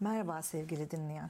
Merhaba sevgili dinleyen.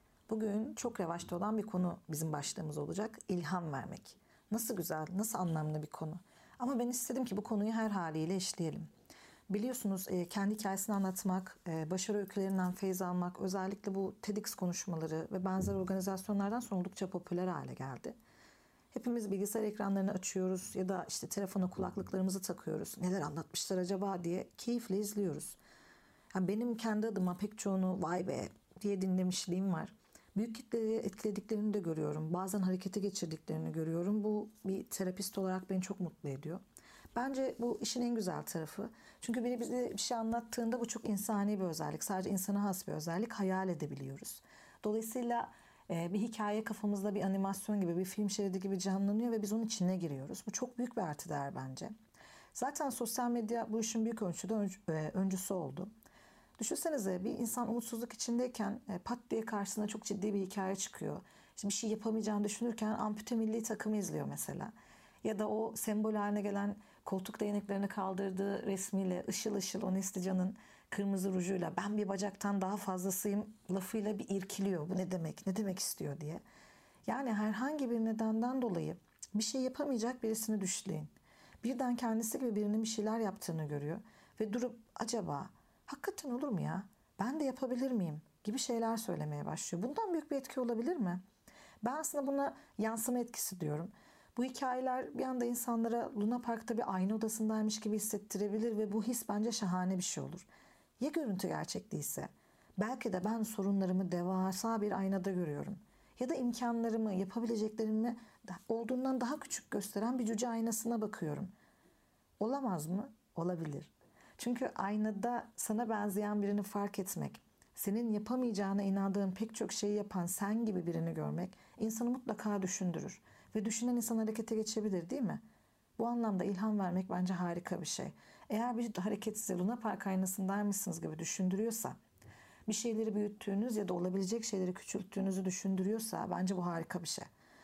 Bugün çok revaçta olan bir konu bizim başlığımız olacak. İlham vermek. Nasıl güzel, nasıl anlamlı bir konu. Ama ben istedim ki bu konuyu her haliyle işleyelim. Biliyorsunuz kendi hikayesini anlatmak, başarı öykülerinden feyz almak, özellikle bu TEDx konuşmaları ve benzer organizasyonlardan sonra oldukça popüler hale geldi. Hepimiz bilgisayar ekranlarını açıyoruz ya da işte telefona kulaklıklarımızı takıyoruz. Neler anlatmışlar acaba diye keyifle izliyoruz. Yani benim kendi adıma pek çoğunu vay be diye dinlemişliğim var. Büyük kitleyi etkilediklerini de görüyorum. Bazen harekete geçirdiklerini görüyorum. Bu bir terapist olarak beni çok mutlu ediyor. Bence bu işin en güzel tarafı. Çünkü biri bize bir şey anlattığında bu çok insani bir özellik. Sadece insana has bir özellik. Hayal edebiliyoruz. Dolayısıyla bir hikaye kafamızda bir animasyon gibi, bir film şeridi gibi canlanıyor ve biz onun içine giriyoruz. Bu çok büyük bir artı değer bence. Zaten sosyal medya bu işin büyük ölçüde öncüsü oldu. Düşünsenize bir insan umutsuzluk içindeyken pat diye karşısına çok ciddi bir hikaye çıkıyor. İşte bir şey yapamayacağını düşünürken ampute milli takımı izliyor mesela. Ya da o sembol haline gelen koltuk değneklerini kaldırdığı resmiyle ışıl ışıl o Neslican'ın kırmızı rujuyla ben bir bacaktan daha fazlasıyım lafıyla bir irkiliyor. Bu ne demek, ne demek istiyor diye. Yani herhangi bir nedenden dolayı bir şey yapamayacak birisini düşleyin. Birden kendisi gibi birinin bir şeyler yaptığını görüyor ve durup acaba hakikaten olur mu ya? Ben de yapabilir miyim? Gibi şeyler söylemeye başlıyor. Bundan büyük bir etki olabilir mi? Ben aslında buna yansıma etkisi diyorum. Bu hikayeler bir anda insanlara Luna Park'ta bir ayna odasındaymış gibi hissettirebilir ve bu his bence şahane bir şey olur. Ya görüntü gerçek değilse? Belki de ben sorunlarımı devasa bir aynada görüyorum. Ya da imkanlarımı, yapabileceklerimi olduğundan daha küçük gösteren bir cüce aynasına bakıyorum. Olamaz mı? Olabilir. Çünkü aynada sana benzeyen birini fark etmek, senin yapamayacağına inandığın pek çok şeyi yapan sen gibi birini görmek insanı mutlaka düşündürür. Ve düşünen insan harekete geçebilir değil mi? Bu anlamda ilham vermek bence harika bir şey. Eğer bir hareket size Luna Park aynasındaymışsınız gibi düşündürüyorsa, bir şeyleri büyüttüğünüz ya da olabilecek şeyleri küçülttüğünüzü düşündürüyorsa bence bu harika bir şey.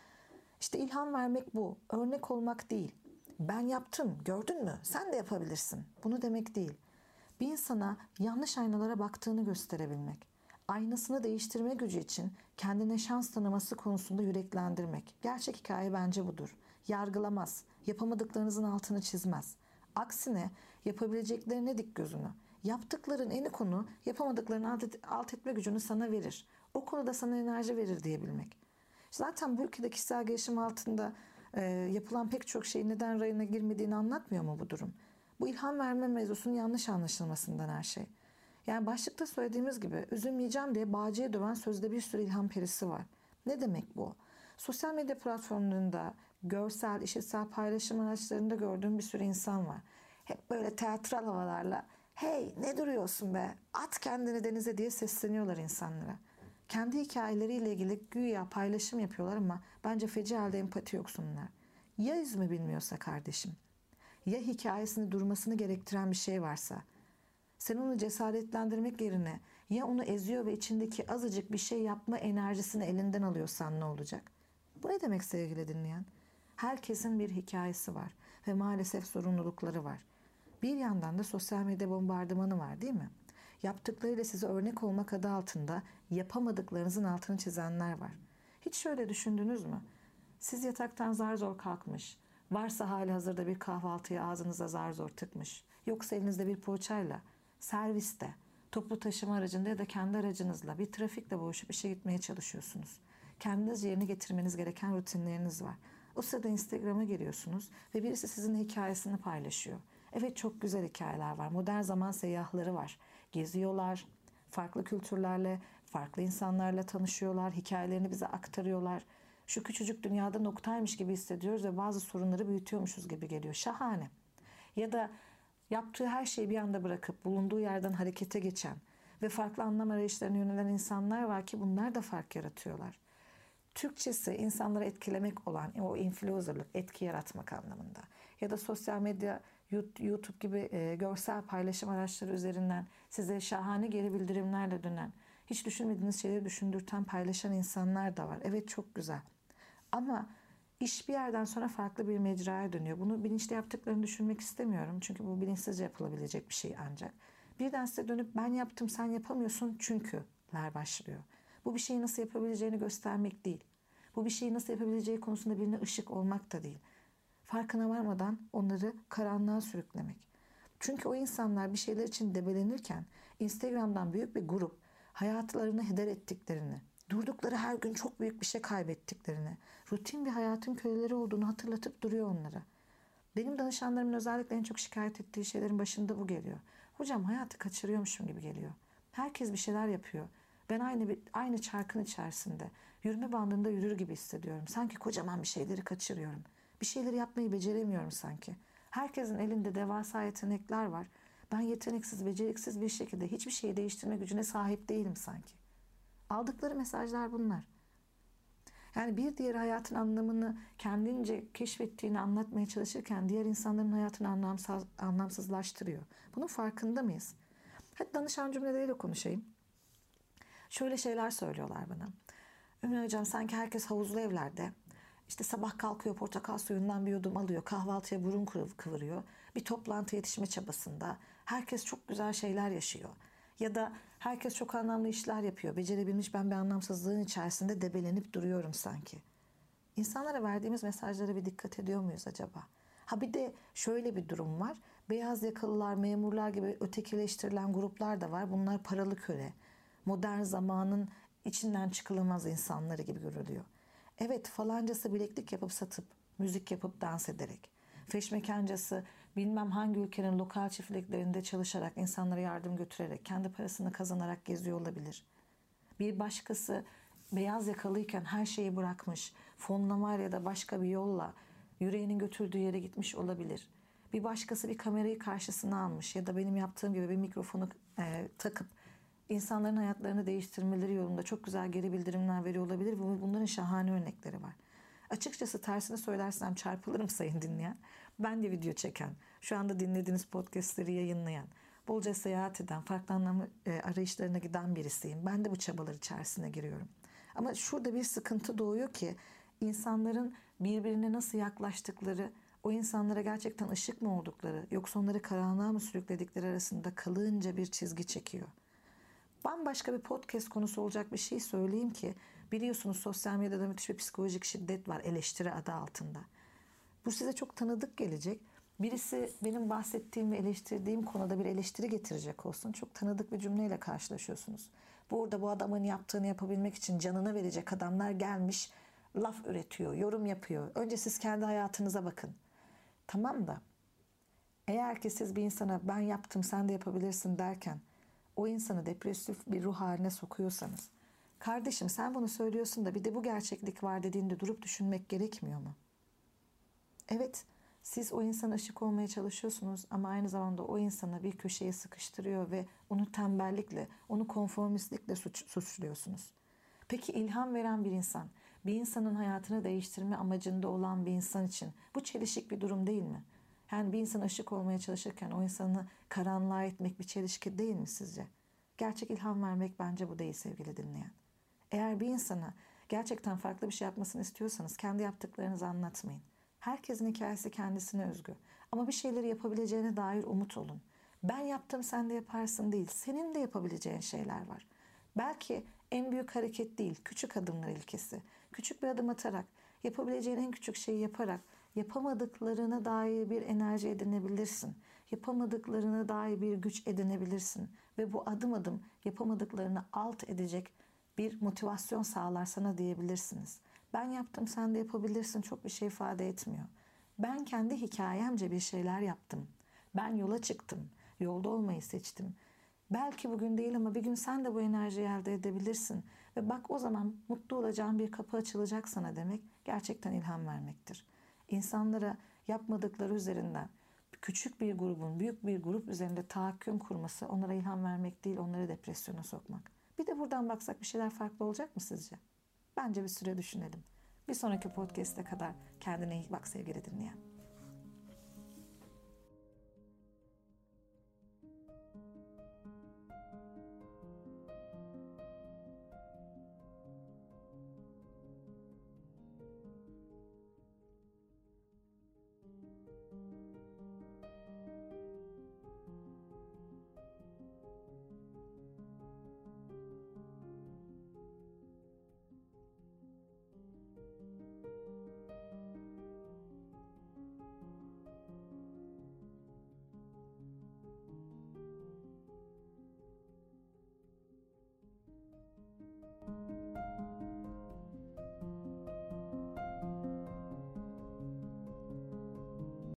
İşte ilham vermek bu. Örnek olmak değil. Ben yaptım, gördün mü? Sen de yapabilirsin. Bunu demek değil. Bir insana yanlış aynalara baktığını gösterebilmek. Aynasını değiştirme gücü için kendine şans tanıması konusunda yüreklendirmek. Gerçek hikaye bence budur. Yargılamaz, yapamadıklarınızın altını çizmez. Aksine yapabileceklerine dik gözünü. Yaptıkların eni konu yapamadıklarını alt etme gücünü sana verir. O konuda sana enerji verir diyebilmek. Zaten bu ülkede kişisel gelişim altında yapılan pek çok şeyin neden rayına girmediğini anlatmıyor mu bu durum? Bu ilham verme mevzusunun yanlış anlaşılmasından her şey. Yani başlıkta söylediğimiz gibi üzülmeyeceğim diye bağcıya döven sözde bir sürü ilham perisi var. Ne demek bu? Sosyal medya platformlarında görsel, işitsel paylaşım araçlarında gördüğüm bir sürü insan var. Hep böyle teatral havalarla hey ne duruyorsun be at kendini denize diye sesleniyorlar insanlara. Kendi hikayeleriyle ilgili güya paylaşım yapıyorlar ama bence feci halde empati yoksunlar. Ya yüzümü bilmiyorsa kardeşim? Ya hikayesini durmasını gerektiren bir şey varsa? Sen onu cesaretlendirmek yerine ya onu eziyor ve içindeki azıcık bir şey yapma enerjisini elinden alıyorsan ne olacak? Bu ne demek sevgili dinleyen? Herkesin bir hikayesi var ve maalesef sorumlulukları var. Bir yandan da sosyal medya bombardımanı var değil mi? Yaptıklarıyla size örnek olmak adı altında yapamadıklarınızın altını çizenler var. Hiç şöyle düşündünüz mü? Siz yataktan zar zor kalkmış, varsa hali hazırda bir kahvaltıyı ağzınıza zar zor tıkmış, yoksa elinizde bir poğaçayla, serviste, toplu taşıma aracında ya da kendi aracınızla bir trafikle boğuşup işe gitmeye çalışıyorsunuz. Kendiniz yerine getirmeniz gereken rutinleriniz var. O sırada Instagram'a giriyorsunuz ve birisi sizin hikayesini paylaşıyor. Evet çok güzel hikayeler var. Modern zaman seyyahları var. Geziyorlar, farklı kültürlerle, farklı insanlarla tanışıyorlar, hikayelerini bize aktarıyorlar. Şu küçücük dünyada noktaymış gibi hissediyoruz ve bazı sorunları büyütüyormuşuz gibi geliyor. Şahane. Ya da yaptığı her şeyi bir anda bırakıp bulunduğu yerden harekete geçen ve farklı anlam arayışlarına yönelen insanlar var ki bunlar da fark yaratıyorlar. Türkçesi insanları etkilemek olan o influencerlık, etki yaratmak anlamında. Ya da sosyal medya, YouTube gibi görsel paylaşım araçları üzerinden size şahane geri bildirimlerle dönen, hiç düşünmediğiniz şeyleri düşündürten, paylaşan insanlar da var. Evet çok güzel. Ama iş bir yerden sonra farklı bir mecraya dönüyor. Bunu bilinçli yaptıklarını düşünmek istemiyorum. Çünkü bu bilinçsizce yapılabilecek bir şey ancak. Birden size dönüp ben yaptım sen yapamıyorsun çünkü cümleler başlıyor. Bu bir şeyi nasıl yapabileceğini göstermek değil. Bu bir şeyi nasıl yapabileceği konusunda birine ışık olmak da değil. Farkına varmadan onları karanlığa sürüklemek. Çünkü o insanlar bir şeyler için debelenirken Instagram'dan büyük bir grup hayatlarını heder ettiklerini, durdukları her gün çok büyük bir şey kaybettiklerini, rutin bir hayatın köleleri olduğunu hatırlatıp duruyor onlara. Benim danışanlarımın özellikle en çok şikayet ettiği şeylerin başında bu geliyor. Hocam hayatı kaçırıyormuşum gibi geliyor. Herkes bir şeyler yapıyor. Ben aynı çarkın içerisinde yürüme bandında yürür gibi hissediyorum. Sanki kocaman bir şeyleri kaçırıyorum. Bir şeyleri yapmayı beceremiyorum sanki. Herkesin elinde devasa yetenekler var. Ben yeteneksiz, beceriksiz bir şekilde hiçbir şeyi değiştirme gücüne sahip değilim sanki. Aldıkları mesajlar bunlar. Yani bir diğer hayatın anlamını kendince keşfettiğini anlatmaya çalışırken diğer insanların hayatını anlamsızlaştırıyor. Bunun farkında mıyız? Hadi danışan cümleleriyle konuşayım. Şöyle şeyler söylüyorlar bana. Ümran Hocam sanki herkes havuzlu evlerde. İşte sabah kalkıyor portakal suyundan bir yudum alıyor. Kahvaltıya burun kıvırıyor. Bir toplantı yetişme çabasında. Herkes çok güzel şeyler yaşıyor. Ya da herkes çok anlamlı işler yapıyor. Becerebilmiş, ben bir anlamsızlığın içerisinde debelenip duruyorum sanki. İnsanlara verdiğimiz mesajlara bir dikkat ediyor muyuz acaba? Ha bir de şöyle bir durum var. Beyaz yakalılar, memurlar gibi ötekileştirilen gruplar da var. Bunlar paralı köle. Modern zamanın içinden çıkılamaz insanları gibi görülüyor. Evet, falancası bileklik yapıp satıp, müzik yapıp dans ederek, feşmekancası bilmem hangi ülkenin lokal çiftliklerinde çalışarak, insanlara yardım götürerek, kendi parasını kazanarak geziyor olabilir. Bir başkası beyaz yakalıyken her şeyi bırakmış, fonlamayla ya da başka bir yolla yüreğinin götürdüğü yere gitmiş olabilir. Bir başkası bir kamerayı karşısına almış ya da benim yaptığım gibi bir mikrofonu takıp insanların hayatlarını değiştirmeleri yolunda çok güzel geri bildirimler veriyor olabilir ve bunların şahane örnekleri var. Açıkçası tersini söylersem çarpılırım sayın dinleyen. Ben de video çeken, şu anda dinlediğiniz podcastleri yayınlayan, bolca seyahat eden, farklı anlam arayışlarına giden birisiyim. Ben de bu çabalar içerisine giriyorum. Ama şurada bir sıkıntı doğuyor ki insanların birbirine nasıl yaklaştıkları, o insanlara gerçekten ışık mı oldukları, yoksa onları karanlığa mı sürükledikleri arasında kalınca bir çizgi çekiyor. Bambaşka bir podcast konusu olacak bir şey söyleyeyim ki biliyorsunuz sosyal medyada müthiş bir psikolojik şiddet var eleştiri adı altında. Bu size çok tanıdık gelecek. Birisi benim bahsettiğim ve eleştirdiğim konuda bir eleştiri getirecek olsun. Çok tanıdık bir cümleyle karşılaşıyorsunuz. Burada bu adamın yaptığını yapabilmek için canını verecek adamlar gelmiş, laf üretiyor, yorum yapıyor. Önce siz kendi hayatınıza bakın. Tamam da eğer ki siz bir insana ben yaptım sen de yapabilirsin derken o insanı depresif bir ruh haline sokuyorsanız, kardeşim sen bunu söylüyorsun da bir de bu gerçeklik var dediğinde durup düşünmek gerekmiyor mu? Evet, siz o insana ışık olmaya çalışıyorsunuz ama aynı zamanda o insana bir köşeye sıkıştırıyor ve onu tembellikle, onu konformistlikle suçluyorsunuz. Peki ilham veren bir insan, bir insanın hayatını değiştirme amacında olan bir insan için bu çelişik bir durum değil mi? Yani bir insan ışık olmaya çalışırken o insanı karanlığa itmek bir çelişki değil mi sizce? Gerçek ilham vermek bence bu değil sevgili dinleyen. Eğer bir insana gerçekten farklı bir şey yapmasını istiyorsanız kendi yaptıklarınızı anlatmayın. Herkesin hikayesi kendisine özgü. Ama bir şeyleri yapabileceğine dair umut olun. Ben yaptım sen de yaparsın değil. Senin de yapabileceğin şeyler var. Belki en büyük hareket değil, küçük adımlar ilkesi. Küçük bir adım atarak, yapabileceğin en küçük şeyi yaparak yapamadıklarına dair bir enerji edinebilirsin. Yapamadıklarına dair bir güç edinebilirsin. Ve bu adım adım yapamadıklarını alt edecek bir motivasyon sağlar sana diyebilirsiniz. Ben yaptım sen de yapabilirsin çok bir şey ifade etmiyor. Ben kendi hikayemce bir şeyler yaptım. Ben yola çıktım. Yolda olmayı seçtim. Belki bugün değil ama bir gün sen de bu enerjiyi elde edebilirsin. Ve bak o zaman mutlu olacağın bir kapı açılacak sana demek gerçekten ilham vermektir. İnsanlara yapmadıkları üzerinden küçük bir grubun büyük bir grup üzerinde tahakküm kurması onlara ilham vermek değil onları depresyona sokmak. Bir de buradan baksak bir şeyler farklı olacak mı sizce? Bence bir süre düşünelim. Bir sonraki podcast'e kadar kendine iyi bak sevgili dinleyen.